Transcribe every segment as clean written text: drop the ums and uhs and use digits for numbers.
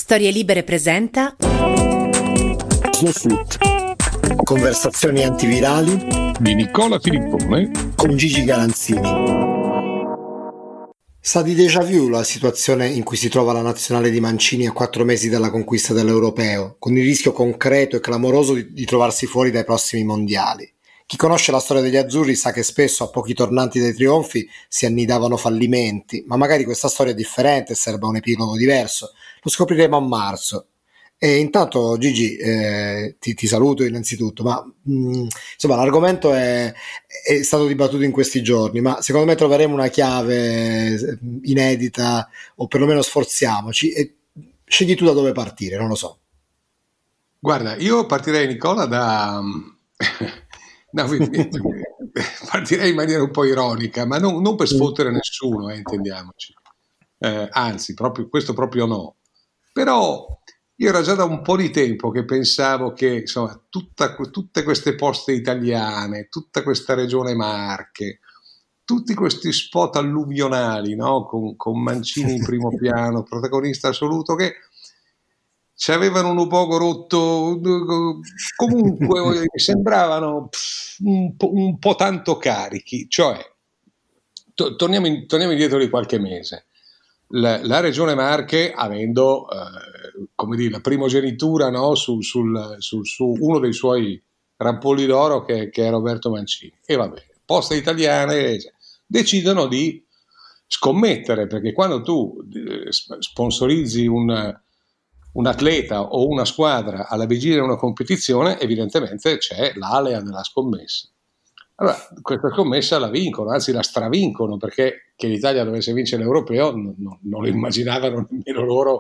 Storie Libere presenta Snowfruit. Conversazioni antivirali di Nicola Filippone con Gigi Galanzini. Sa di déjà vu la situazione in cui si trova la nazionale di Mancini a 4 mesi dalla conquista dell'Europeo, con il rischio concreto e clamoroso di trovarsi fuori dai prossimi mondiali. Chi conosce la storia degli azzurri sa che spesso a pochi tornanti dai trionfi si annidavano fallimenti, ma magari questa storia è differente e serve a un epilogo diverso. Lo scopriremo a marzo. E intanto Gigi, ti saluto innanzitutto, ma insomma l'argomento è stato dibattuto in questi giorni, ma secondo me troveremo una chiave inedita, o perlomeno sforziamoci, e scegli tu da dove partire, non lo so. Guarda, io partirei, Nicola, partirei in maniera un po' ironica, ma non per sfottere nessuno, intendiamoci. Anzi, questo proprio no. Però io era già da un po' di tempo che pensavo che, insomma, tutte queste poste italiane, tutta questa regione Marche, tutti questi spot alluvionali, no? Con Mancini in primo piano, protagonista assoluto, che ci avevano un po' rotto, comunque mi sembravano un po' tanto carichi. Cioè, torniamo indietro di qualche mese. La regione Marche, avendo come dire, la primogenitura, no, su uno dei suoi rampolli d'oro che è Roberto Mancini, e va bene, poste italiane decidono di scommettere, perché quando tu sponsorizzi un atleta o una squadra alla vigilia di una competizione, evidentemente c'è l'alea della scommessa. Allora, questa scommessa la vincono, anzi la stravincono, perché che l'Italia dovesse vincere l'Europeo non lo immaginavano nemmeno loro,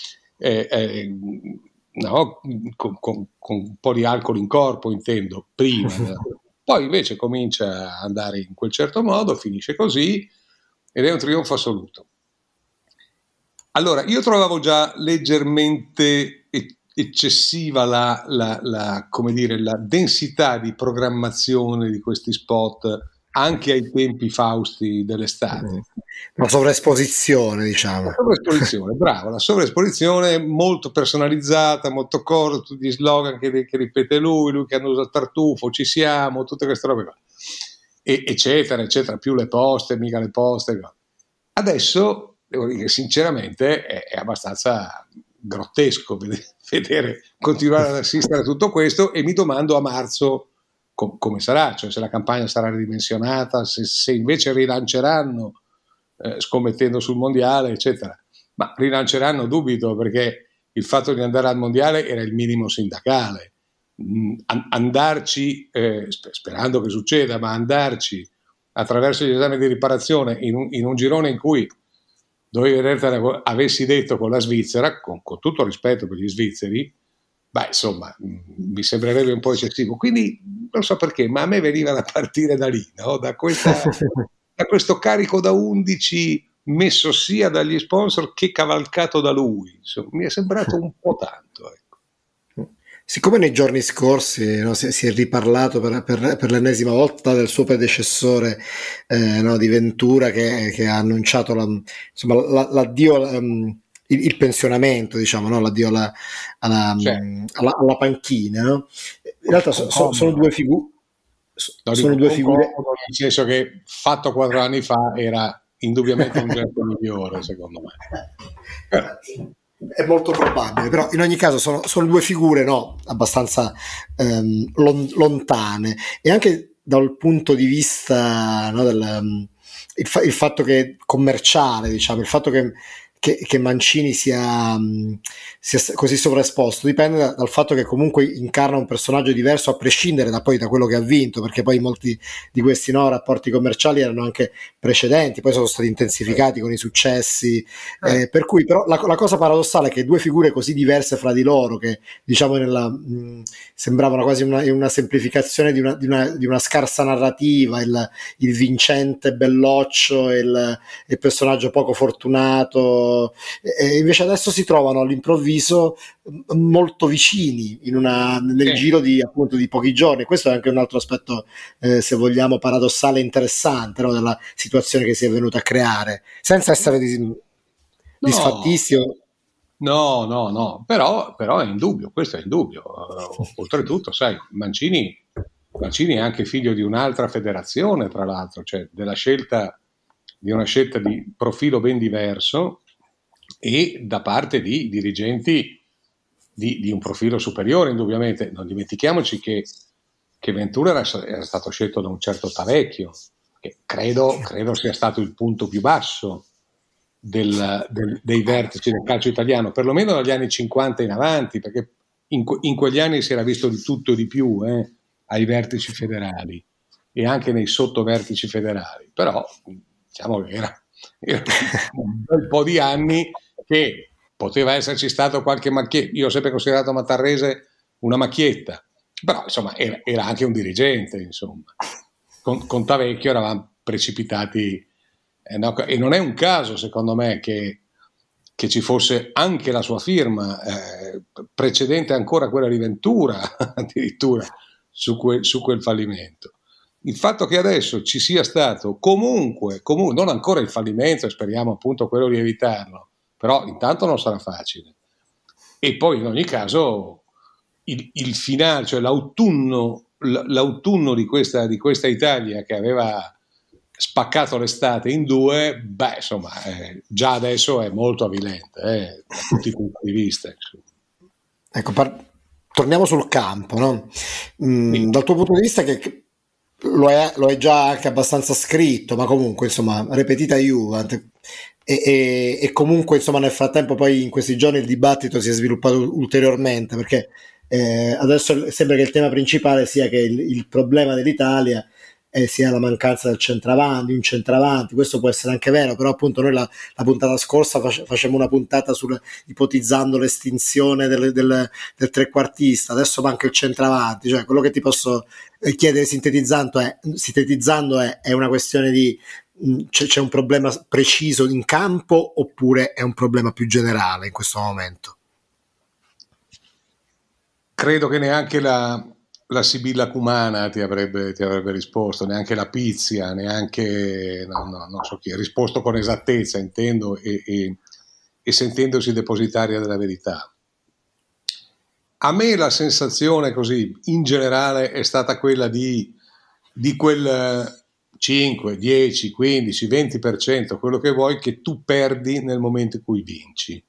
no, con un po' di alcol in corpo, intendo, prima. Poi invece comincia a andare in quel certo modo, finisce così, ed è un trionfo assoluto. Allora, io trovavo già leggermente eccessiva come dire, la densità di programmazione di questi spot anche ai tempi fausti dell'estate. La sovraesposizione, diciamo. La sovraesposizione, bravo, la sovraesposizione molto personalizzata, molto corta, tutti gli slogan che ripete lui che annusa il tartufo, ci siamo, tutte queste robe qua, eccetera, eccetera, più le poste, mica le poste. Adesso, devo dire che sinceramente è abbastanza grottesco vedere continuare ad assistere a tutto questo, e mi domando a marzo come sarà, cioè se la campagna sarà ridimensionata, se invece rilanceranno scommettendo sul mondiale, eccetera. Ma rilanceranno, dubito, perché il fatto di andare al mondiale era il minimo sindacale. Andarci, sperando che succeda, ma andarci attraverso gli esami di riparazione in un girone in cui avessi detto con la Svizzera, con tutto rispetto per gli svizzeri, beh, insomma, mi sembrerebbe un po' eccessivo. Quindi non so perché, ma a me veniva da partire da lì, no? Da questo carico da 11 messo sia dagli sponsor che cavalcato da lui. Insomma, mi è sembrato un po' tanto, ecco. Siccome nei giorni scorsi, no, si è riparlato per l'ennesima volta del suo predecessore, no, di Ventura, che ha annunciato l'addio, il pensionamento, diciamo, no, l'addio alla panchina, no? In realtà sono due figure. Sono due figure, nel senso che fatto 4 anni fa era indubbiamente un gesto migliore, secondo me. È molto probabile, però in ogni caso sono due figure, no, abbastanza lontane, e anche dal punto di vista, no, il fatto che commerciale, diciamo, il fatto che Mancini sia così sovraesposto dipende dal fatto che comunque incarna un personaggio diverso, a prescindere da quello che ha vinto, perché poi molti di questi, no, rapporti commerciali erano anche precedenti, poi sono stati intensificati con i successi, per cui però la cosa paradossale è che due figure così diverse fra di loro, che diciamo sembravano quasi una semplificazione di una scarsa narrativa, il vincente belloccio e il personaggio poco fortunato, e invece adesso si trovano all'improvviso molto vicini nel giro di pochi giorni. Questo è anche un altro aspetto, se vogliamo, paradossale e interessante, no, della situazione che si è venuta a creare, senza essere disfattisti. No, però è indubbio, questo è indubbio. Oltretutto, sai, Mancini è anche figlio di un'altra federazione, tra l'altro, cioè di una scelta di profilo ben diverso e da parte di dirigenti di un profilo superiore, indubbiamente. Non dimentichiamoci che Ventura era stato scelto da un certo Tavecchio, che credo sia stato il punto più basso dei vertici del calcio italiano, perlomeno dagli anni 50 in avanti, perché in quegli anni si era visto di tutto e di più ai vertici federali e anche nei sottovertici federali, però diciamo che era un bel po' di anni che poteva esserci stato qualche macchietta. Io ho sempre considerato Matarrese una macchietta, però insomma era anche un dirigente, insomma. Con Tavecchio eravamo precipitati, no, e non è un caso secondo me che ci fosse anche la sua firma precedente ancora quella di Ventura addirittura su quel fallimento. Il fatto che adesso ci sia stato comunque non ancora il fallimento, e speriamo appunto quello di evitarlo, però intanto non sarà facile, e poi in ogni caso il finale, cioè l'autunno di questa Italia che aveva spaccato l'estate in due, beh, insomma, già adesso è molto avvilente da tutti i punti di vista. Ecco, torniamo sul campo, no? Sì. Dal tuo punto di vista, che lo è già anche abbastanza scritto, ma comunque, insomma, repetita Juve. E comunque, insomma, nel frattempo, poi in questi giorni il dibattito si è sviluppato ulteriormente, perché adesso sembra che il tema principale sia che il problema dell'Italia sia la mancanza del centravanti, un centravanti. Questo può essere anche vero, però appunto noi la puntata scorsa facemmo una puntata ipotizzando l'estinzione del trequartista, adesso manca il centravanti. Cioè, quello che ti posso chiedere sintetizzando è una questione di c'è un problema preciso in campo oppure è un problema più generale in questo momento? Credo che neanche la Sibilla Cumana ti avrebbe risposto, neanche la Pizia, neanche non so chi, ha risposto con esattezza, intendo, e sentendosi depositaria della verità. A me la sensazione così, in generale, è stata quella di quel 5, 10, 15, 20%, quello che vuoi, che tu perdi nel momento in cui vinci.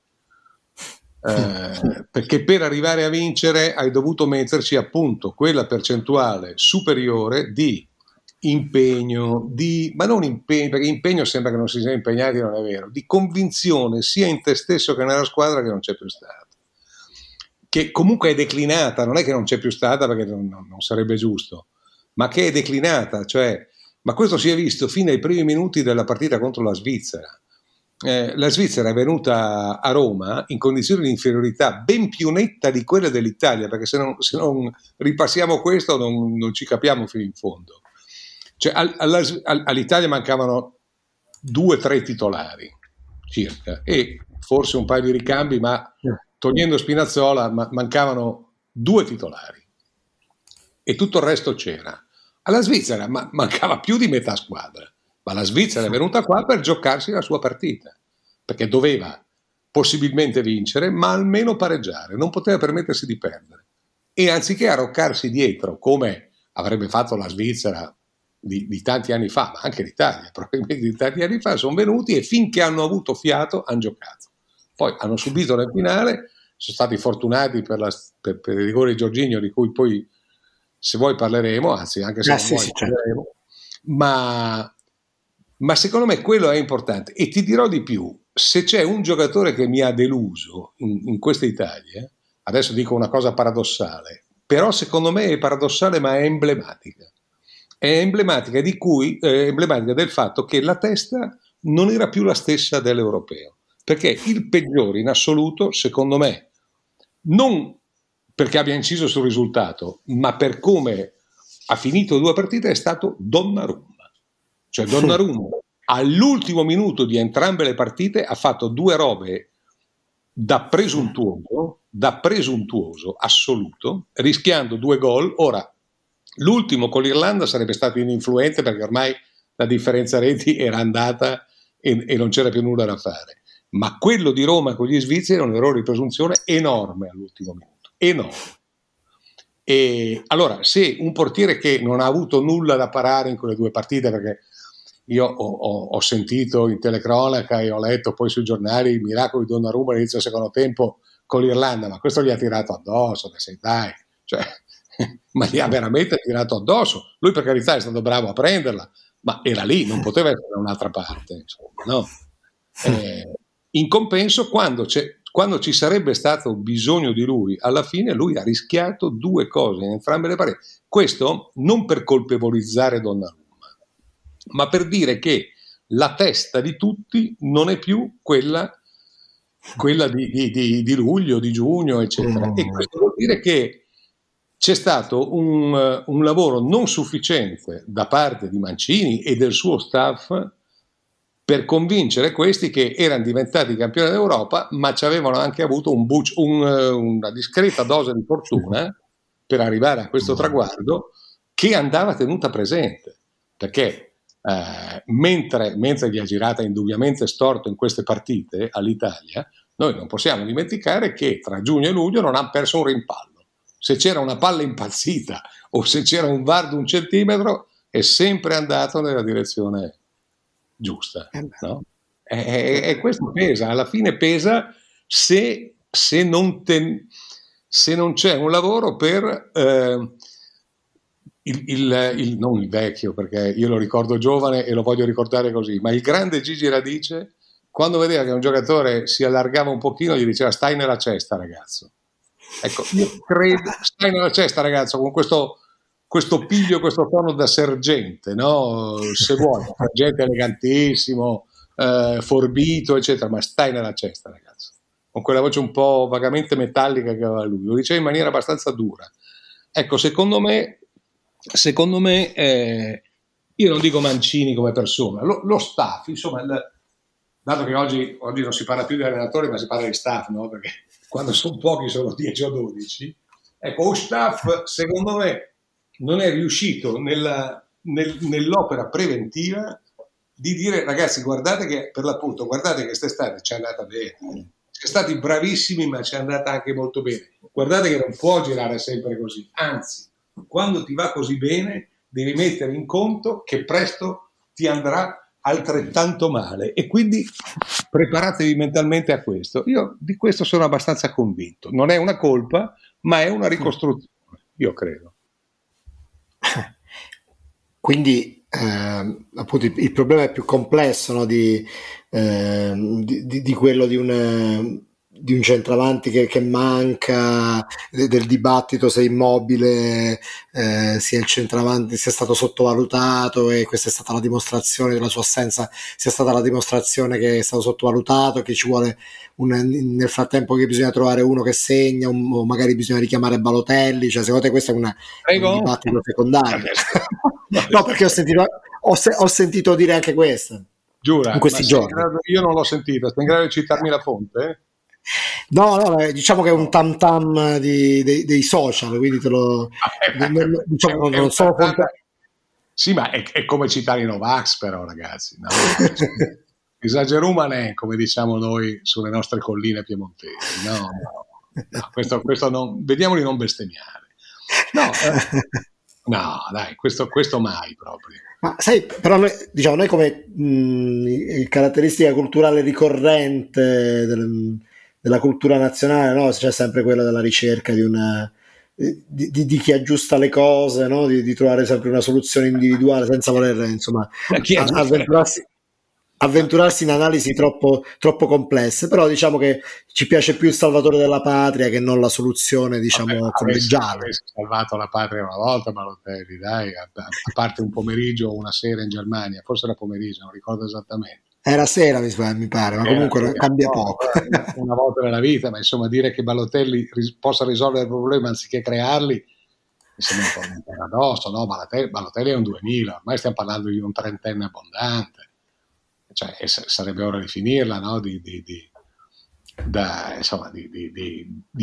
Perché per arrivare a vincere hai dovuto metterci appunto quella percentuale superiore di impegno, ma non impegno, perché impegno sembra che non si sia impegnati, non è vero, di convinzione sia in te stesso che nella squadra, che non c'è più stata, che comunque è declinata, non è che non c'è più stata perché non sarebbe giusto, ma che è declinata, cioè, ma questo si è visto fino ai primi minuti della partita contro la Svizzera. La Svizzera è venuta a Roma in condizioni di inferiorità ben più netta di quelle dell'Italia, perché se non ripassiamo questo non ci capiamo fino in fondo. Cioè, all'Italia mancavano 2-3 titolari circa e forse un paio di ricambi, ma togliendo Spinazzola mancavano 2 titolari e tutto il resto c'era. Alla Svizzera mancava più di metà squadra, ma la Svizzera è venuta qua per giocarsi la sua partita, perché doveva possibilmente vincere, ma almeno pareggiare, non poteva permettersi di perdere. E anziché arroccarsi dietro, come avrebbe fatto la Svizzera di tanti anni fa, ma anche l'Italia, probabilmente di tanti anni fa, sono venuti e finché hanno avuto fiato hanno giocato. Poi hanno subito nel finale, sono stati fortunati per il rigore di Jorginho, di cui poi, se vuoi, parleremo, anzi anche se non vuoi, parleremo. Ma secondo me quello è importante, e ti dirò di più: se c'è un giocatore che mi ha deluso in questa Italia, adesso dico una cosa paradossale, però secondo me è paradossale ma è emblematica emblematica del fatto che la testa non era più la stessa dell'europeo, perché il peggiore in assoluto, secondo me, non perché abbia inciso sul risultato, ma per come ha finito 2 partite, è stato Donnarumma. Cioè Donnarumma all'ultimo minuto di entrambe le partite ha fatto 2 robe da presuntuoso assoluto, rischiando 2 gol. Ora, l'ultimo con l'Irlanda sarebbe stato ininfluente perché ormai la differenza reti era andata e non c'era più nulla da fare, ma quello di Roma con gli svizzeri è un errore di presunzione enorme all'ultimo minuto, enorme. E allora, se un portiere che non ha avuto nulla da parare in quelle due partite, perché io ho sentito in telecronaca e ho letto poi sui giornali il miracolo di Donnarumma all'inizio del secondo tempo con l'Irlanda, ma questo gli ha tirato addosso, dai, cioè, ma gli ha veramente tirato addosso. Lui per carità è stato bravo a prenderla, ma era lì, non poteva essere da un'altra parte, insomma, no? In compenso, quando ci sarebbe stato bisogno di lui, alla fine lui ha rischiato due cose in entrambe le pareti. Questo non per colpevolizzare Donnarumma, ma per dire che la testa di tutti non è più quella di luglio, di giugno, eccetera. E questo vuol dire che c'è stato un lavoro non sufficiente da parte di Mancini e del suo staff per convincere questi che erano diventati campioni d'Europa, ma ci avevano anche avuto una discreta dose di fortuna per arrivare a questo traguardo che andava tenuta presente, perché mentre gli ha girata indubbiamente storto in queste partite all'Italia, noi non possiamo dimenticare che tra giugno e luglio non ha perso un rimpallo. Se c'era una palla impazzita o se c'era un VAR di 1 centimetro, è sempre andato nella direzione giusta, no? E questo pesa, alla fine pesa se non c'è un lavoro per non il vecchio, perché io lo ricordo giovane e lo voglio ricordare così, ma il grande Gigi Radice, quando vedeva che un giocatore si allargava un pochino, gli diceva: stai nella cesta, ragazzo. Ecco, io credo, stai nella cesta, ragazzo, con questo piglio, questo tono da sergente, no? Se vuoi, sergente elegantissimo, forbito, eccetera, ma stai nella cesta, ragazzo. Con quella voce un po' vagamente metallica che aveva lui, lo diceva in maniera abbastanza dura. Ecco, secondo me, io non dico Mancini come persona, lo staff, insomma, dato che oggi non si parla più di allenatori, ma si parla di staff, no? Perché quando sono pochi sono 10 o 12. Ecco, lo staff, secondo me, non è riuscito nell'opera preventiva di dire: ragazzi, guardate che per l'appunto, guardate che quest'estate ci è andata bene, siete stati bravissimi, ma ci è andata anche molto bene. Guardate che non può girare sempre così, anzi, quando ti va così bene devi mettere in conto che presto ti andrà altrettanto male, e quindi preparatevi mentalmente a questo. Io di questo sono abbastanza convinto. Non è una colpa, ma è una ricostruzione, io credo. Quindi appunto il problema è più complesso, no? di quello di un centravanti che manca, del dibattito se Immobile sia il centravanti, sia stato sottovalutato, e questa è stata la dimostrazione della sua assenza, sia stata la dimostrazione che è stato sottovalutato, che ci vuole nel frattempo che bisogna trovare uno che segna, o magari bisogna richiamare Balotelli. Cioè, secondo te questo è un dibattito secondario? No, perché ho sentito dire anche questo. Giura, in questi giorni. Io non l'ho sentito. Sei in grado di citarmi la fonte? No, diciamo che è un tam tam dei social, quindi te lo diciamo, non sono fonte. Sì, ma è come citare i Novax, però, ragazzi, no? Esagerumane, come diciamo noi sulle nostre colline piemontesi. No, questo non, vediamo di non bestemmiare. No, dai, questo mai proprio. Ma sai, però noi come caratteristica culturale ricorrente della cultura nazionale, no? C'è sempre quella della ricerca di chi aggiusta le cose, no? Di trovare sempre una soluzione individuale senza voler, insomma, avventurarsi in analisi troppo complesse. Però diciamo che ci piace più il salvatore della patria che non la soluzione, diciamo, collegiale. Avessi salvato la patria una volta, Balotelli, dai, a parte un pomeriggio o una sera in Germania, forse era pomeriggio, non ricordo esattamente. Era sera, mi pare, ma comunque cambia poco. Una volta nella vita, ma insomma, dire che Balotelli possa risolvere il problema anziché crearli mi sembra un po' un paradosso, no? Balotelli è un 2000, ormai stiamo parlando di un trentenne abbondante, cioè sarebbe ora di finirla, no? Di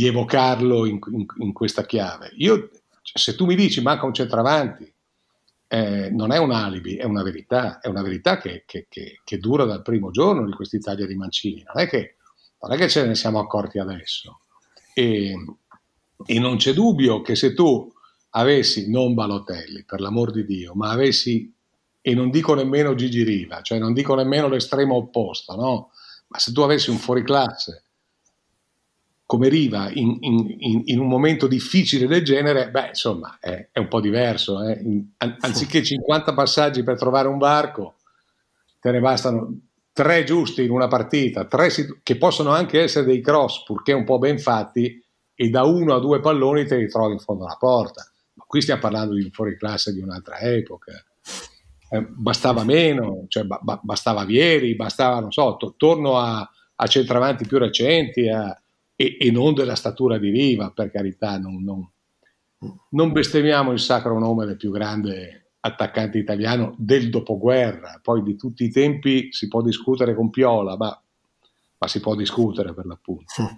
evocarlo in questa chiave. Se tu mi dici manca un centravanti, non è un alibi, è una verità che dura dal primo giorno di quest'Italia di Mancini, non è che ce ne siamo accorti adesso, e non c'è dubbio che se tu avessi, non Balotelli per l'amor di Dio, ma avessi, e non dico nemmeno Gigi Riva, cioè non dico nemmeno l'estremo opposto, no? Ma se tu avessi un fuoriclasse come Riva in un momento difficile del genere, insomma è un po' diverso, anziché 50 passaggi per trovare un varco, te ne bastano 3 giusti in una partita, 3 che possono anche essere dei cross purché un po' ben fatti, e da 1 a 2 palloni te li trovi in fondo alla porta. Ma qui stiamo parlando di un fuoriclasse di un'altra epoca. Bastava meno, cioè bastava Vieri, bastava, non so, torno a centravanti più recenti, e non della statura di Riva, per carità, non bestemmiamo il sacro nome del più grande attaccante italiano del dopoguerra. Poi di tutti i tempi si può discutere con Piola, ma si può discutere, per l'appunto.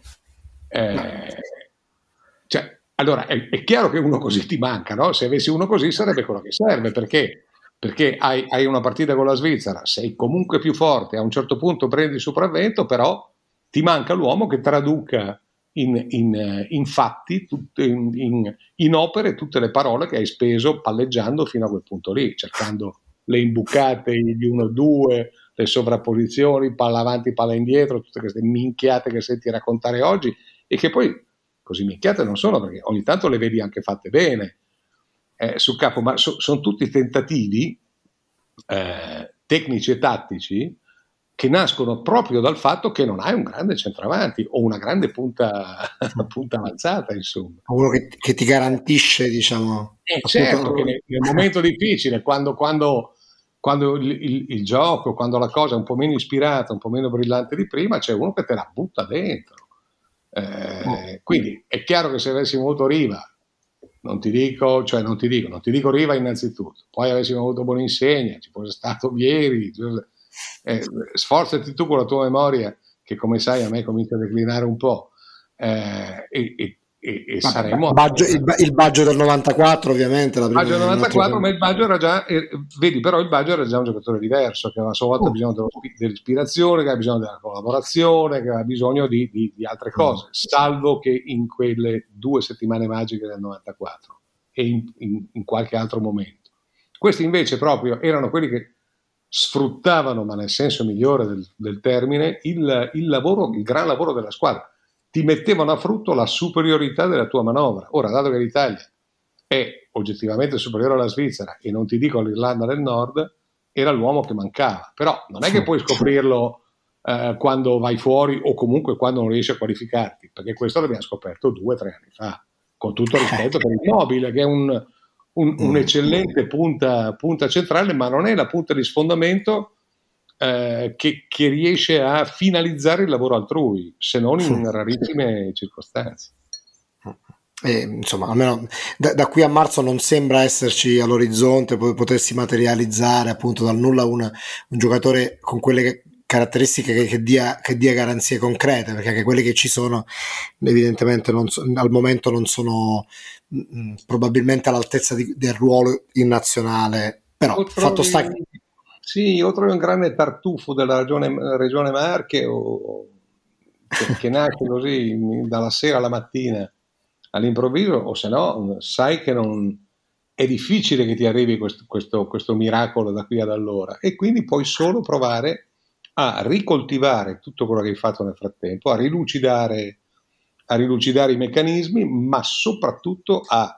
Cioè, allora è chiaro che uno così ti manca, no? Se avessi uno così sarebbe quello che serve, perché hai una partita con la Svizzera, sei comunque più forte, a un certo punto prendi il sopravvento, però ti manca l'uomo che traduca in fatti, in opere, tutte le parole che hai speso palleggiando fino a quel punto lì, cercando le imbucate, gli 1-2, le sovrapposizioni, palla avanti, palla indietro, tutte queste minchiate che senti raccontare oggi, e che poi così minchiate non sono, perché ogni tanto le vedi anche fatte bene sul campo, ma sono tutti tentativi tecnici e tattici che nascono proprio dal fatto che non hai un grande centravanti o una grande punta avanzata, insomma. Uno che ti garantisce, diciamo. Certo, che nel momento difficile, quando il gioco, quando la cosa è un po' meno ispirata, un po' meno brillante di prima, c'è uno che te la butta dentro. Quindi è chiaro che se avessimo avuto Riva, non ti dico Riva innanzitutto, poi avessimo avuto Boninsegna, ci fosse stato Vieri, sforzati tu con la tua memoria, che come sai a me comincia a declinare un po', e saremmo il Baggio del 94, ovviamente il Baggio del 94, ma il Baggio era già vedi, però il Baggio era già un giocatore diverso, che aveva a sua volta bisogno dell'ispirazione, che aveva bisogno della collaborazione, che aveva bisogno di altre cose, salvo che in quelle 2 settimane magiche del 94 e in qualche altro momento. Questi invece proprio erano quelli che sfruttavano, ma nel senso migliore del termine, il gran lavoro della squadra. Ti mettevano a frutto la superiorità della tua manovra. Ora, dato che l'Italia è oggettivamente superiore alla Svizzera, e non ti dico all'Irlanda del Nord, era l'uomo che mancava. Però non è che puoi scoprirlo quando vai fuori, o comunque quando non riesci a qualificarti, perché questo l'abbiamo scoperto 2 o 3 anni fa, con tutto rispetto per Immobile, che è un eccellente punta centrale, ma non è la punta di sfondamento che riesce a finalizzare il lavoro altrui, se non in rarissime circostanze. Insomma, almeno da qui a marzo non sembra esserci all'orizzonte potersi materializzare appunto dal nulla un giocatore con quelle caratteristiche che dia garanzie concrete, perché anche quelle che ci sono evidentemente al momento non sono probabilmente all'altezza del ruolo in nazionale, però fatto sta che... Sì, o trovi un grande tartufo della regione Marche, che nasce così dalla sera alla mattina all'improvviso, o se no sai che è difficile che ti arrivi questo miracolo da qui ad allora, e quindi puoi solo provare a ricoltivare tutto quello che hai fatto nel frattempo, a rilucidare i meccanismi, ma soprattutto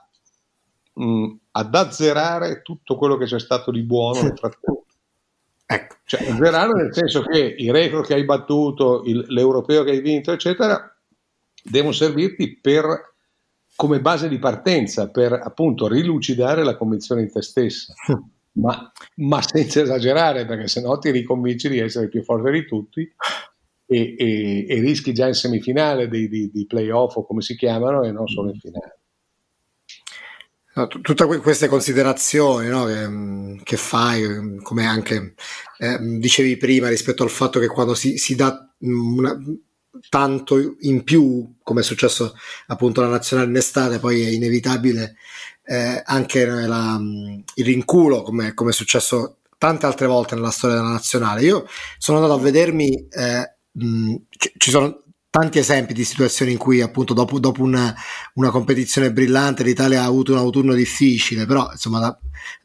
ad azzerare tutto quello che c'è stato di buono nel frattempo. Ecco. Cioè, azzerare nel senso che i record che hai battuto, l'europeo che hai vinto, eccetera, devono servirti come base di partenza per appunto rilucidare la convinzione in te stessa, ma senza esagerare, perché sennò ti riconvinci di essere più forte di tutti e rischi già in semifinale di playoff, o come si chiamano, e non solo in finale. No, tutte queste considerazioni, no, che fai, come anche dicevi prima, rispetto al fatto che quando si dà tanto in più, come è successo appunto alla nazionale in estate, poi è inevitabile anche il rinculo, come è successo tante altre volte nella storia della nazionale. Io sono andato a vedermi, ci sono tanti esempi di situazioni in cui appunto dopo una competizione brillante l'Italia ha avuto un autunno difficile, però insomma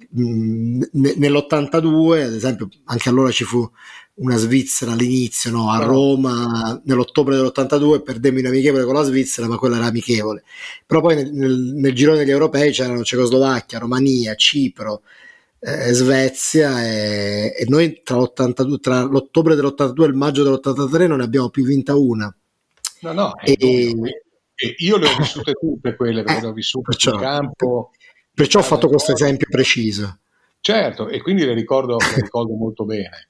nell'82 ad esempio anche allora ci fu una Svizzera all'inizio, no? A Roma nell'ottobre dell'82 perdemmo in amichevole con la Svizzera, ma quella era amichevole. Però poi nel girone degli europei c'erano Cecoslovacchia, Romania, Cipro, Svezia e noi tra l'ottobre dell'82 e il maggio dell'83 non ne abbiamo più vinta una. No, è e io le ho vissute tutte quelle, perché le ho vissute sul campo. Perciò ho fatto questo esempio preciso. Certo, e quindi le ricordo molto bene.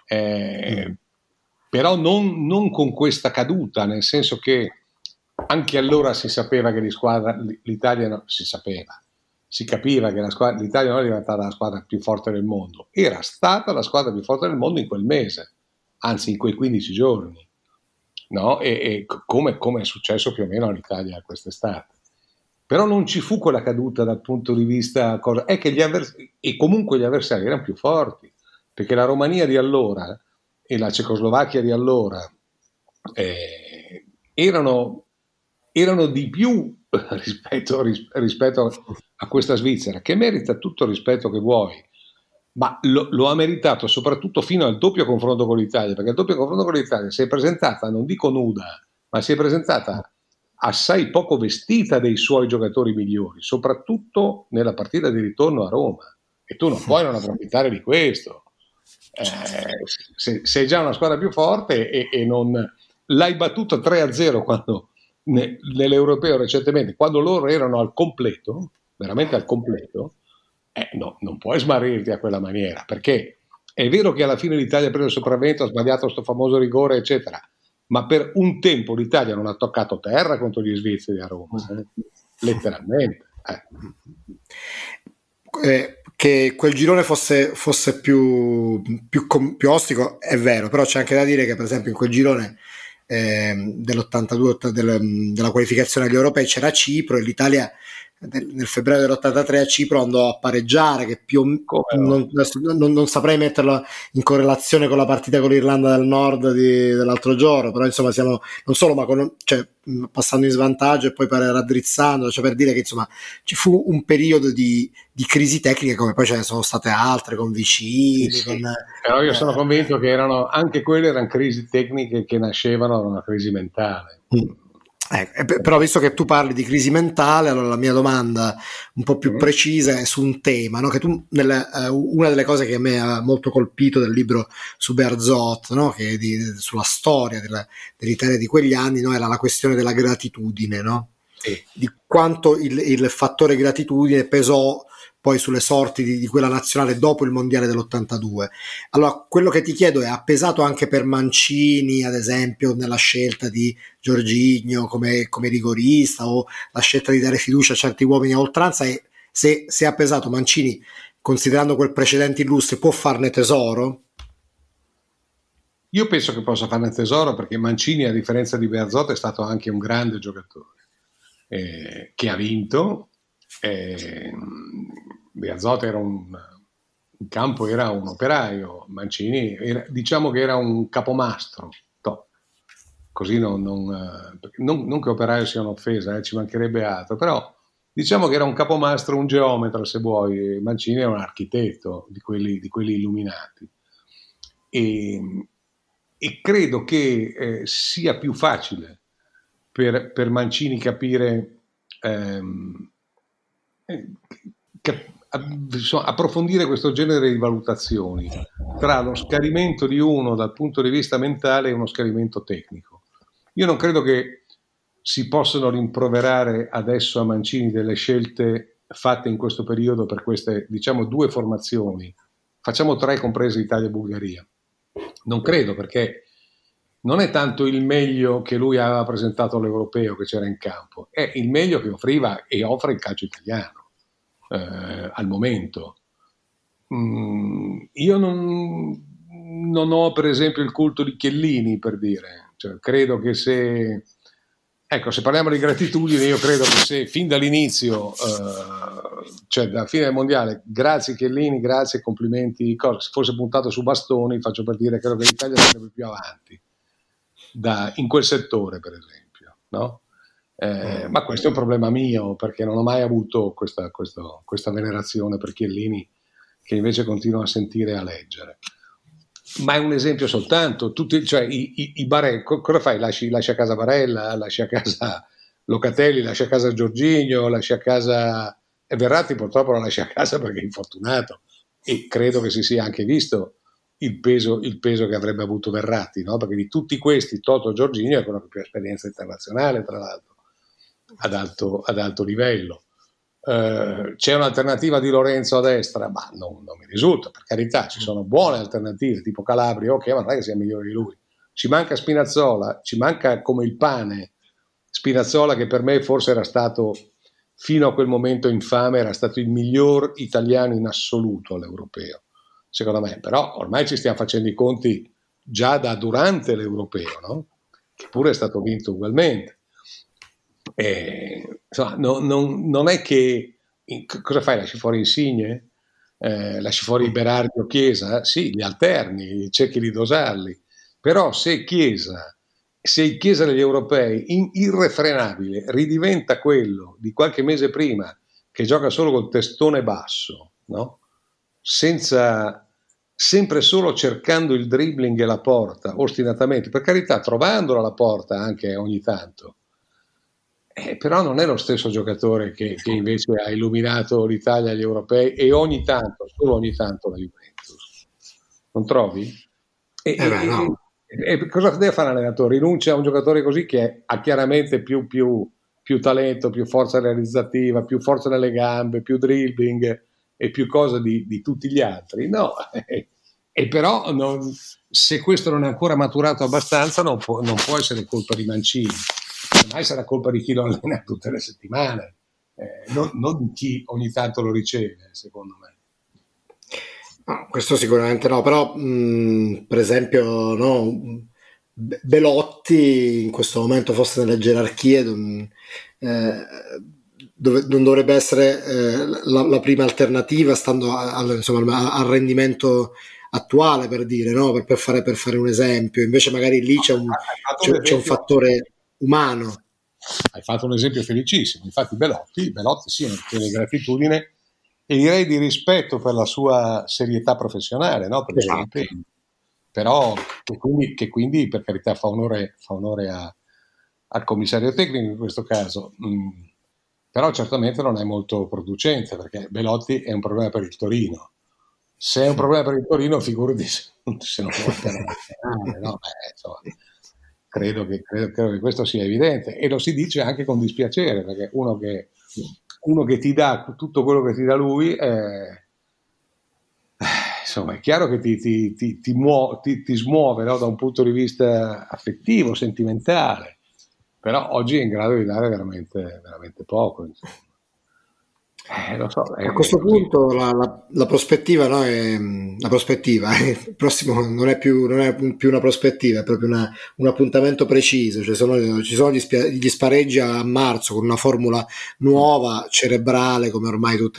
Però non con questa caduta, nel senso che anche allora si sapeva che l'Italia si capiva che l'Italia non è diventata la squadra più forte del mondo, era stata la squadra più forte del mondo in quel mese, anzi in quei 15 giorni, no? E come è successo più o meno all'Italia quest'estate. Però non ci fu quella caduta dal punto di vista è che e comunque gli avversari erano più forti, perché la Romania di allora e la Cecoslovacchia di allora erano di più rispetto a questa Svizzera, che merita tutto il rispetto che vuoi, ma lo ha meritato soprattutto fino al doppio confronto con l'Italia, perché il doppio confronto con l'Italia si è presentata, non dico nuda, ma si è presentata assai poco vestita dei suoi giocatori migliori, soprattutto nella partita di ritorno a Roma, e tu non puoi non approfittare di questo. Sei già una squadra più forte e non l'hai battuta 3-0 quando nell'Europeo recentemente, quando loro erano al completo, veramente al completo, no, non puoi smarrirti a quella maniera, perché è vero che alla fine l'Italia ha preso il sopravvento, ha sbagliato questo famoso rigore, eccetera, ma per un tempo l'Italia non ha toccato terra contro gli svizzeri a Roma, letteralmente. Che quel girone fosse più ostico è vero, però c'è anche da dire che per esempio in quel girone dell'82 della qualificazione agli europei c'era Cipro e l'Italia nel febbraio dell'83 a Cipro andò a pareggiare, che più non saprei metterla in correlazione con la partita con l'Irlanda del Nord dell'altro giorno, però insomma siamo non solo ma passando in svantaggio e poi raddrizzando, cioè per dire che insomma ci fu un periodo di crisi tecniche come poi ce ne sono state altre con vicini. Sì. Però io sono convinto che anche quelle erano crisi tecniche che nascevano da una crisi mentale. Però visto che tu parli di crisi mentale, allora la mia domanda un po' più precisa è su un tema, no? Che tu una delle cose che a me ha molto colpito del libro su Berzot, no? Sulla storia dell'Italia di quegli anni, no? Era la questione della gratitudine, no? Sì. Di quanto il fattore gratitudine pesò poi sulle sorti di quella nazionale dopo il mondiale dell'82. Allora, quello che ti chiedo è: ha pesato anche per Mancini, ad esempio, nella scelta di Jorginho come rigorista, o la scelta di dare fiducia a certi uomini a oltranza, e se ha pesato Mancini, considerando quel precedente illustre, può farne tesoro? Io penso che possa farne tesoro, perché Mancini, a differenza di Bearzot, è stato anche un grande giocatore che ha vinto. Bearzot era in campo era un operaio, Mancini diciamo che era un capomastro, così non che operaio sia un'offesa, ci mancherebbe altro, però diciamo che era un capomastro, un geometra se vuoi. Mancini era un architetto di quelli illuminati, e credo che sia più facile per Mancini capire approfondire questo genere di valutazioni tra lo scadimento di uno dal punto di vista mentale e uno scadimento tecnico. Io non credo che si possano rimproverare adesso a Mancini delle scelte fatte in questo periodo per queste, diciamo, due formazioni. Facciamo tre, comprese Italia e Bulgaria. Non credo, perché non è tanto il meglio che lui aveva presentato all'Europeo che c'era in campo, è il meglio che offriva e offre il calcio italiano al momento. Io non ho per esempio il culto di Chiellini, per dire, Cioè, credo che se parliamo di gratitudine, io credo che se fin dall'inizio, cioè dalla fine del mondiale, grazie Chiellini, grazie, complimenti, se fosse puntato su bastoni, faccio per dire, credo che l'Italia sarebbe più avanti in quel settore, per esempio, no? Ma questo è un problema mio, perché non ho mai avuto questa venerazione per Chiellini, che invece continuo a sentire e a leggere. Ma è un esempio soltanto. Cioè, i Barella, cosa fai? Lasci a casa Barella, lasci a casa Locatelli, lasci a casa Jorginho, lasci a casa, e Verratti purtroppo lo lascia a casa perché è infortunato, e credo che si sia anche visto il peso che avrebbe avuto Verratti, no? Perché di tutti questi Toto Jorginho è quello che più esperienza internazionale, tra l'altro, ad alto livello. C'è un'alternativa di Lorenzo a destra, ma non mi risulta, per carità, ci sono buone alternative tipo Calabria, ok, ma non è che sia migliore di lui. Ci manca Spinazzola, ci manca come il pane Spinazzola, che per me forse era stato, fino a quel momento infame, era stato il miglior italiano in assoluto all'europeo, secondo me. Però ormai ci stiamo facendo i conti già da durante l'europeo, no? Che pure è stato vinto ugualmente. Insomma, non è che cosa fai? Lasci fuori Insigne? Lasci fuori Berardi o Chiesa? Sì, li alterni, cerchi di dosarli, però se il Chiesa degli europei irrefrenabile ridiventa quello di qualche mese prima, che gioca solo col testone basso, no? Sempre solo cercando il dribbling e la porta ostinatamente, per carità, trovandola la porta anche ogni tanto. Però non è lo stesso giocatore che invece ha illuminato l'Italia agli europei, e ogni tanto, solo ogni tanto, la Juventus. Non trovi? No. E cosa deve fare l'allenatore? Rinuncia a un giocatore così, che ha chiaramente più talento, più forza realizzativa, più forza nelle gambe, più dribbling e più cosa di tutti gli altri? No. E però se questo non è ancora maturato abbastanza, non può essere colpa di Mancini. Mai sarà colpa di chi lo allena tutte le settimane, non di chi ogni tanto lo riceve, secondo me. No, questo sicuramente no, però per esempio no, Belotti in questo momento fosse nelle gerarchie non dovrebbe essere la prima alternativa, stando insomma, al rendimento attuale, per dire, no? per fare un esempio. Invece magari lì c'è un fattore umano. Hai fatto un esempio felicissimo. Infatti Belotti sì, è una questione di gratitudine e direi di rispetto per la sua serietà professionale, no? Per esempio, però che quindi per carità fa onore al commissario tecnico in questo caso. Però certamente non è molto producente, perché Belotti è un problema per il Torino. Se è un problema per il Torino, figurati se non può essere no? Insomma, credo che questo sia evidente, e lo si dice anche con dispiacere, perché uno che ti dà tutto quello che ti dà lui, insomma, è chiaro che ti smuove, no? Da un punto di vista affettivo, sentimentale, però oggi è in grado di dare veramente, veramente poco, insomma. Lo so, a questo punto la prospettiva, no, la prospettiva il prossimo non è più una prospettiva, è proprio un appuntamento preciso, cioè ci sono gli spareggi a marzo con una formula nuova, cerebrale, come ormai tutte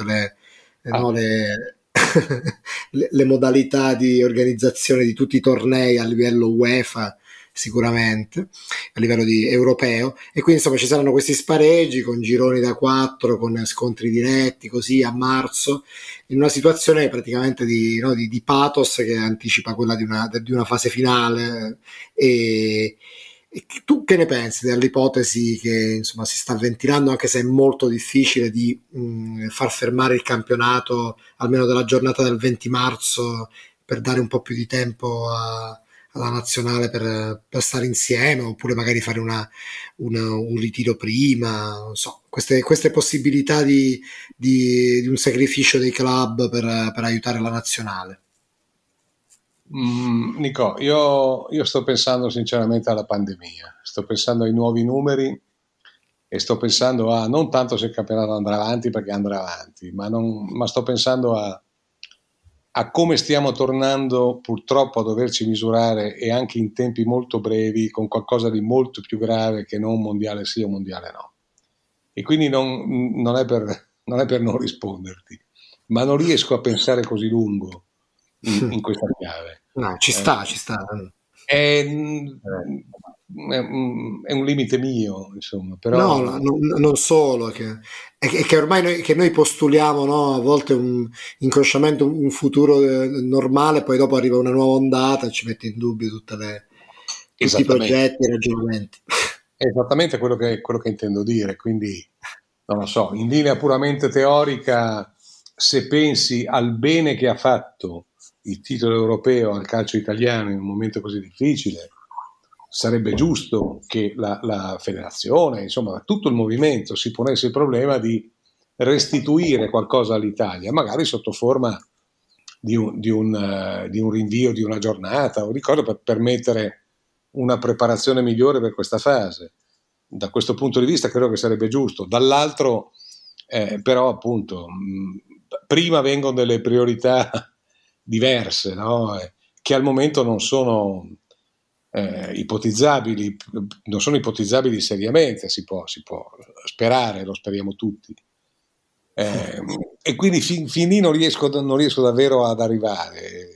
le modalità di organizzazione di tutti i tornei a livello UEFA, sicuramente a livello europeo, e quindi insomma ci saranno questi spareggi con gironi da 4, con scontri diretti, così a marzo, in una situazione praticamente di pathos che anticipa quella di una fase finale. E tu che ne pensi dell'ipotesi che insomma si sta ventilando, anche se è molto difficile, di far fermare il campionato almeno della giornata del 20 marzo per dare un po' più di tempo alla nazionale per stare insieme, oppure magari fare un ritiro prima, non so, queste possibilità di un sacrificio dei club per aiutare la nazionale. Nico, io sto pensando sinceramente alla pandemia, sto pensando ai nuovi numeri e sto pensando a non tanto se il campionato andrà avanti, perché andrà avanti, ma sto pensando a come stiamo tornando purtroppo a doverci misurare, e anche in tempi molto brevi, con qualcosa di molto più grave che non mondiale sì o mondiale no. E quindi non è per non risponderti, ma non riesco a pensare così lungo in questa chiave. No, ci sta. È un limite mio, insomma, però... No, non solo, è che ormai noi postuliamo, no, a volte un incrociamento, un futuro normale, poi dopo arriva una nuova ondata e ci mette in dubbio tutti i progetti e i ragionamenti. È esattamente quello che intendo dire, quindi non lo so, in linea puramente teorica, se pensi al bene che ha fatto il titolo europeo al calcio italiano in un momento così difficile, sarebbe giusto che la federazione, insomma tutto il movimento, si ponesse il problema di restituire qualcosa all'Italia, magari sotto forma di un rinvio di una giornata o di cose, per permettere una preparazione migliore per questa fase. Da questo punto di vista credo che sarebbe giusto. Dall'altro però appunto prima vengono delle priorità diverse, no? Che al momento non sono ipotizzabili seriamente. Si può sperare, lo speriamo tutti, e quindi fin lì non riesco davvero ad arrivare,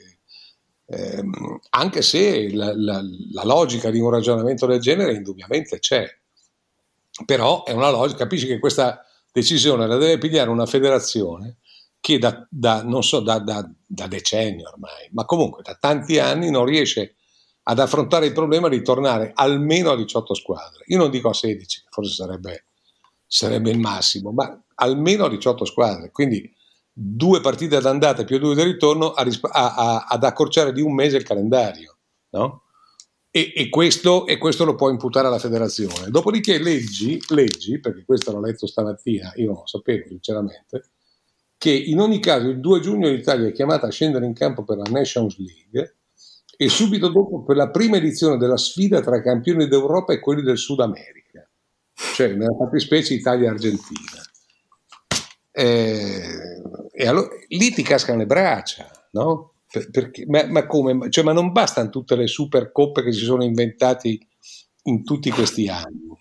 anche se la logica di un ragionamento del genere indubbiamente c'è, però è una logica. Capisci che questa decisione la deve pigliare una federazione che non so, da decenni ormai, ma comunque da tanti anni non riesce ad affrontare il problema di tornare almeno a 18 squadre. Io non dico a 16, che forse sarebbe il massimo, ma almeno a 18 squadre. Quindi 2 partite ad andata più 2 di ritorno ad accorciare di un mese il calendario, no? E questo lo può imputare alla federazione. Dopodiché leggi, perché questo l'ho letto stamattina, io non lo sapevo sinceramente, che in ogni caso il 2 giugno l'Italia è chiamata a scendere in campo per la Nations League e subito dopo per la prima edizione della sfida tra i campioni d'Europa e quelli del Sud America, cioè nella fattispecie Italia e Argentina. E allora lì ti cascano le braccia, no? Perché, ma come? Cioè, ma non bastano tutte le supercoppe che si sono inventati in tutti questi anni,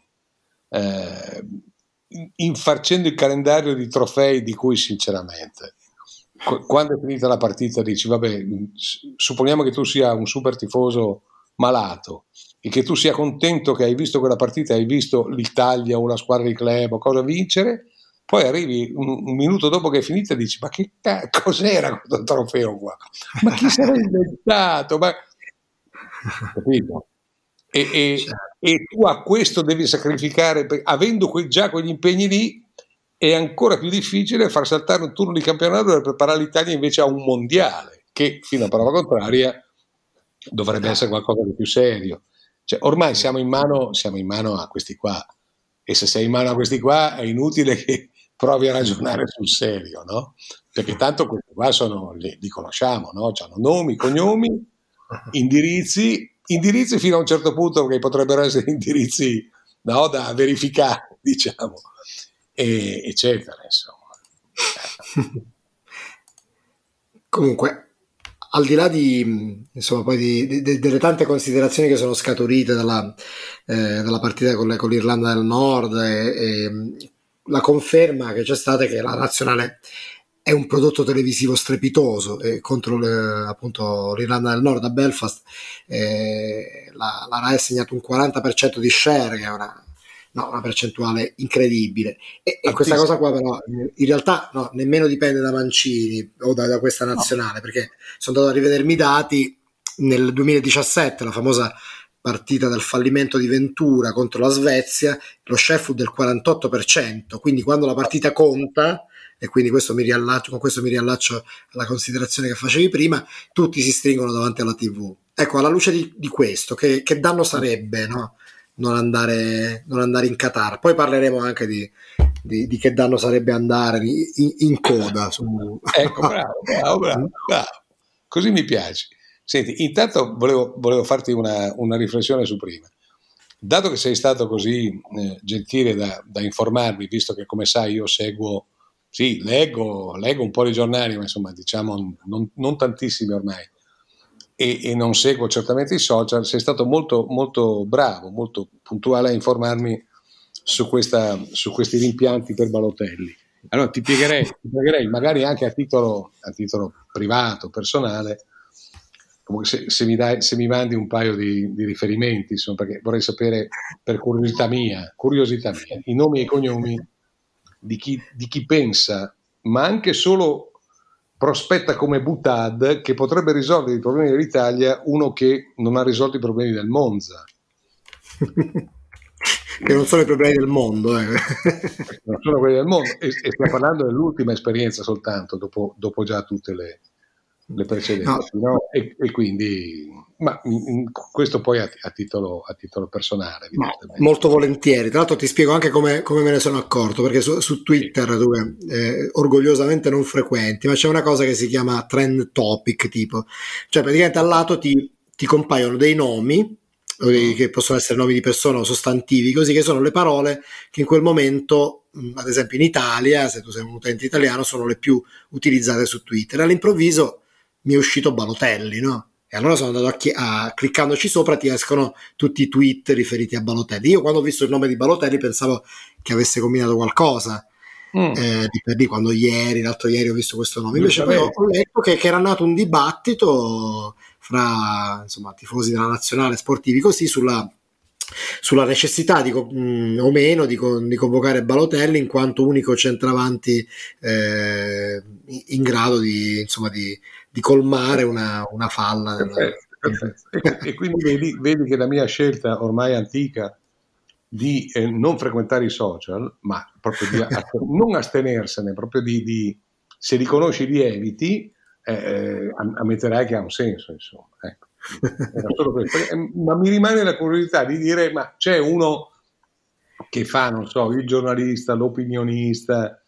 infarcendo il calendario di trofei di cui sinceramente, quando è finita la partita dici vabbè, supponiamo che tu sia un super tifoso malato e che tu sia contento che hai visto quella partita, hai visto l'Italia o la squadra di club o cosa vincere, poi arrivi un minuto dopo che è finita e dici ma che cos'era questo trofeo qua? Ma chi se l'ha inventato? Capito? E tu a questo devi sacrificare, avendo già quegli impegni lì, è ancora più difficile far saltare un turno di campionato per preparare l'Italia invece a un mondiale, che fino a prova contraria dovrebbe essere qualcosa di più serio. Cioè, ormai siamo in mano a questi qua, e se sei in mano a questi qua è inutile che provi a ragionare sul serio, no? Perché tanto questi qua li conosciamo, no? Hanno nomi, cognomi, indirizzi fino a un certo punto, che potrebbero essere indirizzi, no, da verificare, diciamo, eccetera, insomma. Comunque, al di là insomma, poi delle tante considerazioni che sono scaturite dalla partita con l'Irlanda del Nord e la conferma che c'è stata è che la nazionale è un prodotto televisivo strepitoso, contro appunto l'Irlanda del Nord a Belfast la Rai ha segnato un 40% di share, che è una percentuale incredibile, e questa cosa qua però in realtà nemmeno dipende da Mancini o da questa nazionale, perché sono andato a rivedermi i dati. Nel 2017, la famosa partita del fallimento di Ventura contro la Svezia, lo share fu del 48%, quindi quando la partita conta, e quindi con questo mi riallaccio alla considerazione che facevi prima, tutti si stringono davanti alla TV. Ecco, alla luce di questo, che danno sarebbe, no? Non andare in Qatar. Poi parleremo anche di che danno sarebbe andare in coda su... Ecco, bravo. Così mi piace. Senti, intanto volevo farti una riflessione su prima. Dato che sei stato così gentile da informarmi, visto che come sai io seguo sì, leggo un po' di giornali, ma insomma, diciamo, non tantissimi ormai, e non seguo certamente i social. Sei stato molto, molto bravo, molto puntuale a informarmi su questi rimpianti per Balotelli. Allora ti pregherei, magari anche a titolo privato, personale, comunque se mi mandi un paio di riferimenti, insomma, perché vorrei sapere, per curiosità mia, i nomi e i cognomi di chi pensa, ma anche solo prospetta come Butad, che potrebbe risolvere i problemi dell'Italia, uno che non ha risolto i problemi del Monza. Che non sono i problemi del mondo. Non sono quelli del mondo, e stiamo parlando dell'ultima esperienza soltanto, dopo già tutte le precedenti, No, no? E quindi, ma questo poi a titolo personale, ma evidentemente. molto volentieri. Tra l'altro ti spiego anche come me ne sono accorto, perché su Sì. Twitter, dove orgogliosamente non frequenti, ma c'è una cosa che si chiama trend topic, tipo, cioè praticamente al lato ti compaiono dei nomi, che possono essere nomi di persone o sostantivi, così, che sono le parole che in quel momento, ad esempio in Italia, se tu sei un utente italiano, sono le più utilizzate su Twitter. All'improvviso mi è uscito Balotelli, no? E allora sono andato cliccandoci sopra ti escono tutti i tweet riferiti a Balotelli. Io quando ho visto il nome di Balotelli pensavo che avesse combinato qualcosa, di per lì, quando l'altro ieri ho visto questo nome. Invece poi ho letto che era nato un dibattito fra, insomma, tifosi della nazionale, sportivi così, sulla necessità o meno di convocare Balotelli in quanto unico centravanti in grado di colmare una falla. Perfetto. E quindi vedi che la mia scelta ormai antica di non frequentare i social, ma proprio di non astenersene, proprio se li conosci li eviti, ammetterai che ha un senso, insomma. Ecco. Era solo questo. Ma mi rimane la curiosità di dire, ma c'è uno che fa, non so, il giornalista, l'opinionista,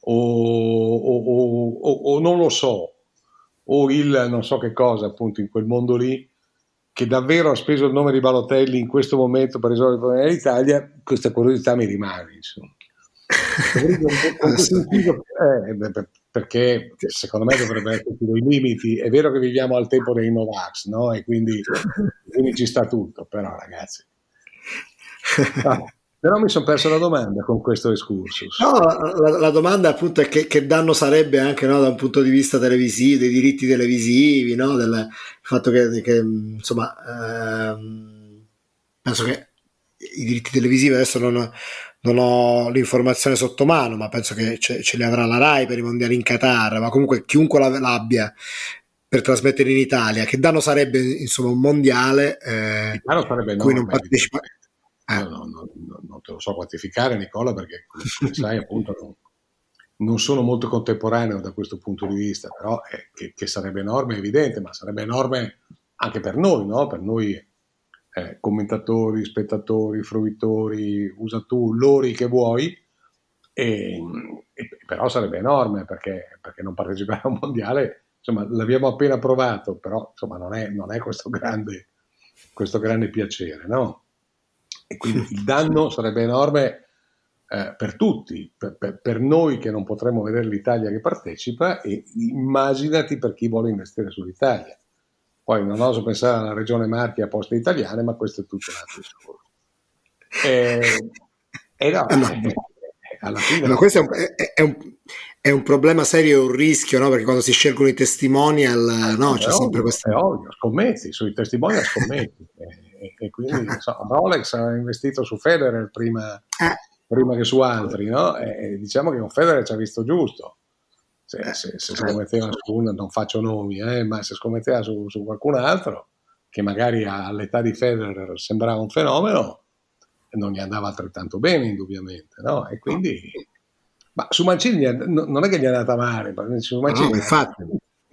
o non lo so, o il non so che cosa, appunto, in quel mondo lì, che davvero ha speso il nome di Balotelli in questo momento per risolvere il problema dell'Italia. Questa curiosità mi rimane, insomma. Perché secondo me dovrebbe esserci dei limiti. È vero che viviamo al tempo dei Novax, no? E quindi ci sta tutto, però ragazzi. Però mi sono perso la domanda con questo excursus. No, la domanda appunto è che danno sarebbe anche, no, da un punto di vista televisivo, dei diritti televisivi, no, del fatto che insomma, penso che i diritti televisivi adesso non ho l'informazione sotto mano, ma penso che ce li avrà la Rai per i mondiali in Qatar, ma comunque chiunque l'abbia per trasmettere in Italia, che danno sarebbe insomma un mondiale sarebbe cui non enorme, partecipa. Non te lo so quantificare, Nicola, perché come sai appunto non sono molto contemporaneo da questo punto di vista, però che sarebbe enorme è evidente, ma sarebbe enorme anche per noi, no? Per noi commentatori, spettatori, fruitori, usa tu lori che vuoi, però sarebbe enorme perché non partecipare a un mondiale, insomma, l'abbiamo appena provato, però insomma non è questo grande piacere, no? E quindi il danno sarebbe enorme per tutti, per noi che non potremmo vedere l'Italia che partecipa, e immaginati per chi vuole investire sull'Italia. Poi non oso pensare alla regione Marche a poste italiane, ma questo è tutto un altro discorso. Alla fine... Ma questo è un problema serio e un rischio, no? Perché quando si scelgono i testimonial, no, c'è sempre questo. È ovvio, scommetti, sui testimonial scommetti. E quindi Rolex ha investito su Federer prima che su altri, no? E diciamo che con Federer ci ha visto giusto. Se scommetteva su uno, non faccio nomi, ma se scommetteva su qualcun altro, che magari all'età di Federer sembrava un fenomeno, non gli andava altrettanto bene, indubbiamente, no? E quindi... Ma su Mancini non è che gli è andata male, su Mancini... No, infatti.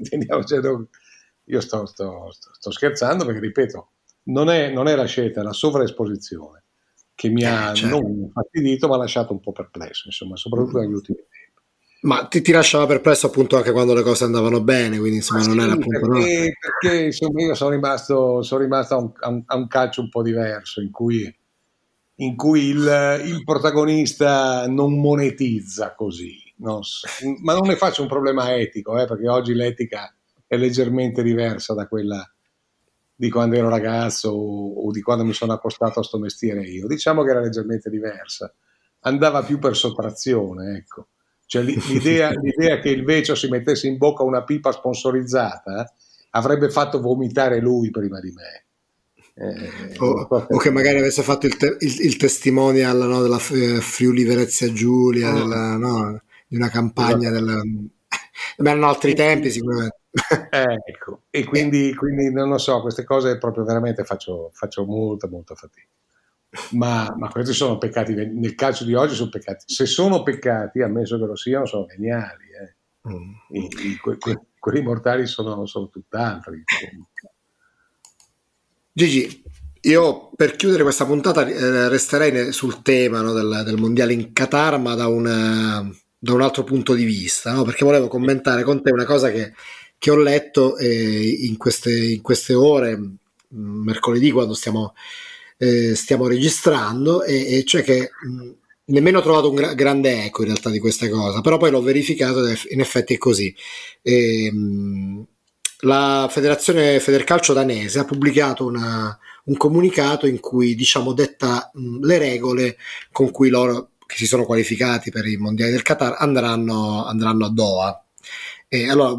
Io sto scherzando perché, ripeto, non è la scelta, è la sovraesposizione che mi ha non infastidito, ma lasciato un po' perplesso, insomma, soprattutto negli ultimi tempi. Ma ti lasciava perplesso appunto anche quando le cose andavano bene, quindi insomma non era appunto... Perché insomma, io sono rimasto a un calcio un po' diverso, in cui il protagonista non monetizza così. ma non ne faccio un problema etico, perché oggi l'etica è leggermente diversa da quella di quando ero ragazzo o di quando mi sono accostato a sto mestiere io. Diciamo che era leggermente diversa, andava più per sottrazione, ecco. Cioè l'idea che il Vecio si mettesse in bocca una pipa sponsorizzata avrebbe fatto vomitare lui prima di me. O che magari avesse fatto il testimonial, no, della Friuli Venezia Giulia, no, di una campagna ma erano altri tempi sicuramente. Ecco, e quindi non lo so, queste cose proprio veramente faccio molta fatica. Ma questi sono peccati, nel calcio di oggi sono peccati. Se sono peccati, ammesso che lo siano, sono geniali. Quelli mortali sono tutt'altri. Gigi, io per chiudere questa puntata resterei sul tema, no, del mondiale in Qatar, ma da un altro punto di vista, no? Perché volevo commentare con te una cosa che ho letto in queste ore, mercoledì, quando stiamo registrando, e cioè che nemmeno ho trovato un grande eco in realtà di questa cosa, però poi l'ho verificato ed in effetti è così. La Federazione Federcalcio danese ha pubblicato un comunicato in cui, diciamo, detta le regole con cui loro, che si sono qualificati per i mondiali del Qatar, andranno a Doha. E allora,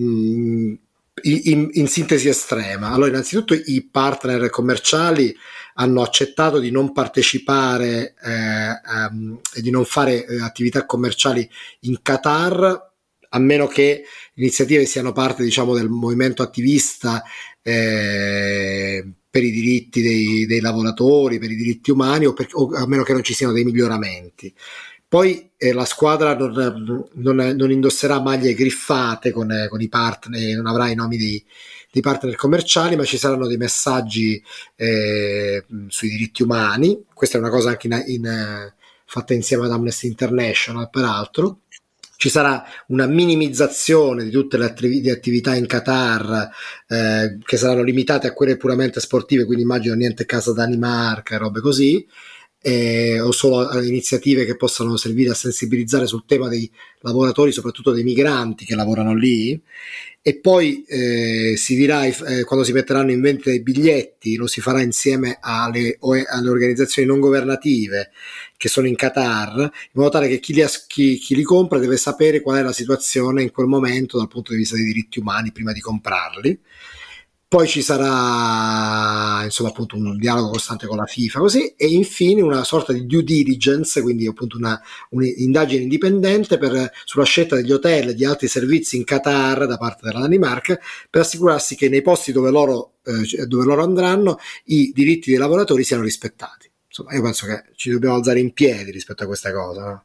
in sintesi estrema, allora innanzitutto i partner commerciali hanno accettato di non partecipare e di non fare attività commerciali in Qatar, a meno che iniziative siano parte, diciamo, del movimento attivista per i diritti dei lavoratori, per i diritti umani, o a meno che non ci siano dei miglioramenti. Poi la squadra non indosserà maglie griffate con i partner, non avrà i nomi dei partner commerciali, ma ci saranno dei messaggi sui diritti umani. Questa è una cosa anche fatta insieme ad Amnesty International, peraltro. Ci sarà una minimizzazione di tutte le attività in Qatar, che saranno limitate a quelle puramente sportive, quindi immagino niente casa Danimarca e robe così, o solo iniziative che possano servire a sensibilizzare sul tema dei lavoratori, soprattutto dei migranti che lavorano lì. E poi si dirà, quando si metteranno in vendita i biglietti, lo si farà insieme alle organizzazioni non governative che sono in Qatar, in modo tale che chi li compra deve sapere qual è la situazione in quel momento dal punto di vista dei diritti umani prima di comprarli. Poi ci sarà, insomma, appunto un dialogo costante con la FIFA, così, e infine una sorta di due diligence, quindi appunto un'indagine indipendente sulla scelta degli hotel e di altri servizi in Qatar da parte della Danimarca, per assicurarsi che nei posti dove loro andranno i diritti dei lavoratori siano rispettati. Insomma, io penso che ci dobbiamo alzare in piedi rispetto a questa cosa, no?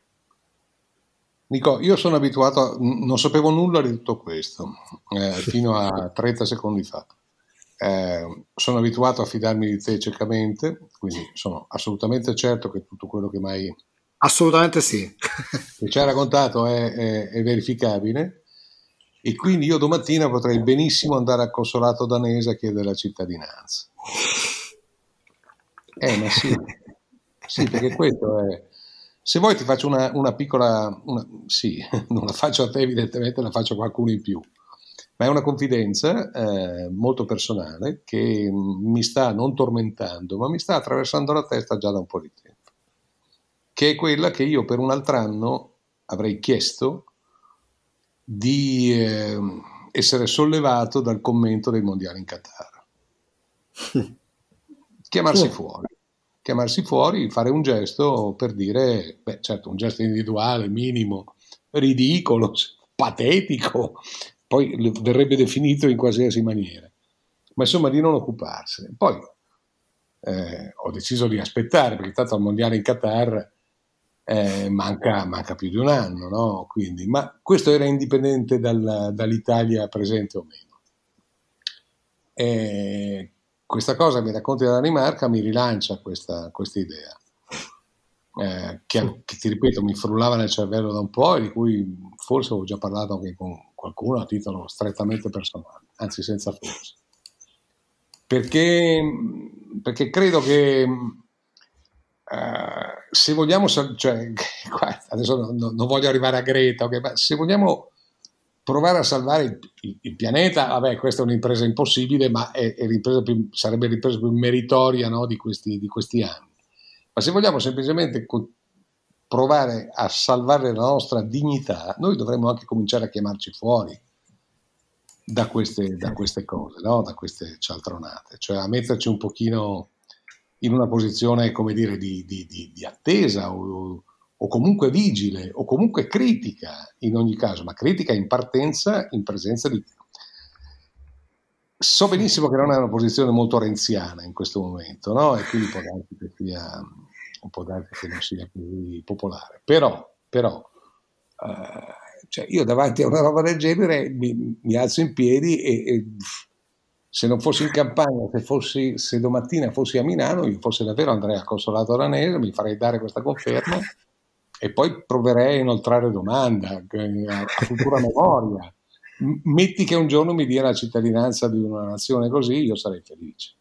Nico, io sono abituato, non sapevo nulla di tutto questo fino a 30 secondi fa. Sono abituato a fidarmi di te ciecamente, quindi sono assolutamente certo che tutto quello che mai assolutamente sì, che ci hai raccontato è verificabile, e quindi io domattina potrei benissimo andare al consolato danese a chiedere la cittadinanza. Ma sì, perché questo è. Se vuoi ti faccio una piccola, sì, non la faccio a te evidentemente, la faccio a qualcuno in più, ma è una confidenza molto personale che mi sta non tormentando, ma mi sta attraversando la testa già da un po' di tempo, che è quella che io per un altro anno avrei chiesto di essere sollevato dal commento dei mondiali in Qatar. Chiamarsi fuori, fare un gesto per dire, certo, un gesto individuale, minimo, ridicolo, patetico, poi verrebbe definito in qualsiasi maniera, ma insomma di non occuparsene. Poi ho deciso di aspettare, perché tanto al mondiale in Qatar manca più di un anno, no? Quindi, ma questo era indipendente dall'Italia presente o meno. Questa cosa mi racconti della Danimarca, mi rilancia questa idea, che ti ripeto mi frullava nel cervello da un po' e di cui forse ho già parlato anche con qualcuno a titolo strettamente personale, anzi senza forse, perché credo che se vogliamo, cioè, adesso non voglio arrivare a Greta, okay, ma se vogliamo provare a salvare il pianeta, vabbè, questa è un'impresa impossibile, ma sarebbe l'impresa più meritoria, no, di questi anni. Ma se vogliamo semplicemente provare a salvare la nostra dignità, noi dovremmo anche cominciare a chiamarci fuori da queste cose, no? Da queste cialtronate, cioè a metterci un pochino in una posizione, come dire, di attesa o comunque vigile o comunque critica in ogni caso, ma critica in partenza in presenza di... So benissimo che non è una posizione molto renziana in questo momento, no? E quindi può darsi che non sia così popolare, però cioè io davanti a una roba del genere mi alzo in piedi e se non fossi in campagna, se domattina fossi a Milano, io forse davvero andrei al consolato olandese, mi farei dare questa conferma e poi proverei a inoltrare domanda a futura memoria. Metti che un giorno mi dia la cittadinanza di una nazione così, io sarei felice.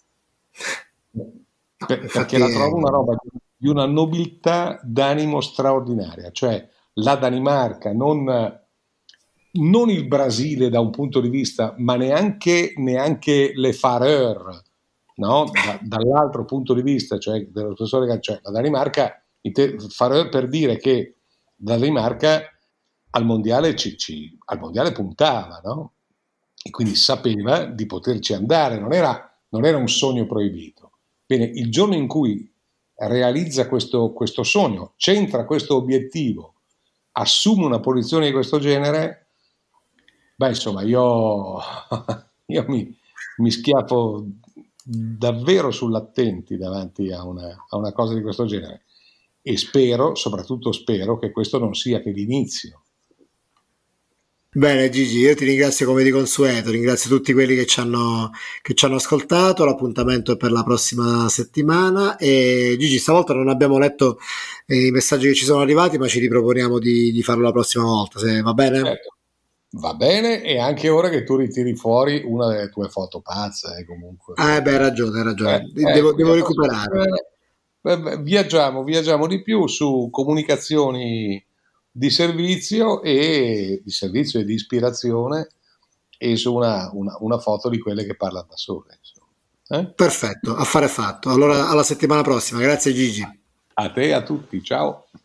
Perché la trovo una roba di una nobiltà d'animo straordinaria, cioè la Danimarca, non il Brasile da un punto di vista, ma neanche le Faroe, no? Dall'altro punto di vista, cioè dello stesso cioè la Danimarca, Faroe per dire che la Danimarca al mondiale puntava, no? E quindi sapeva di poterci andare, non era un sogno proibito. Bene, il giorno in cui realizza questo sogno, centra questo obiettivo, assume una posizione di questo genere, beh, insomma, io mi schiaffo davvero sull'attenti davanti a una cosa di questo genere e soprattutto spero che questo non sia che l'inizio. Bene Gigi, io ti ringrazio come di consueto, ringrazio tutti quelli che ci hanno ascoltato, l'appuntamento è per la prossima settimana e Gigi, stavolta non abbiamo letto i messaggi che ci sono arrivati, ma ci riproponiamo di farlo la prossima volta, se va bene? Certo. Va bene, e anche ora che tu ritiri fuori una delle tue foto pazze, comunque. Hai ragione, devo recuperare. Viaggiamo di più su comunicazioni di servizio e di ispirazione e su una foto di quelle che parlano da sole. Perfetto, affare fatto. Allora alla settimana prossima, grazie Gigi. A te e a tutti, ciao.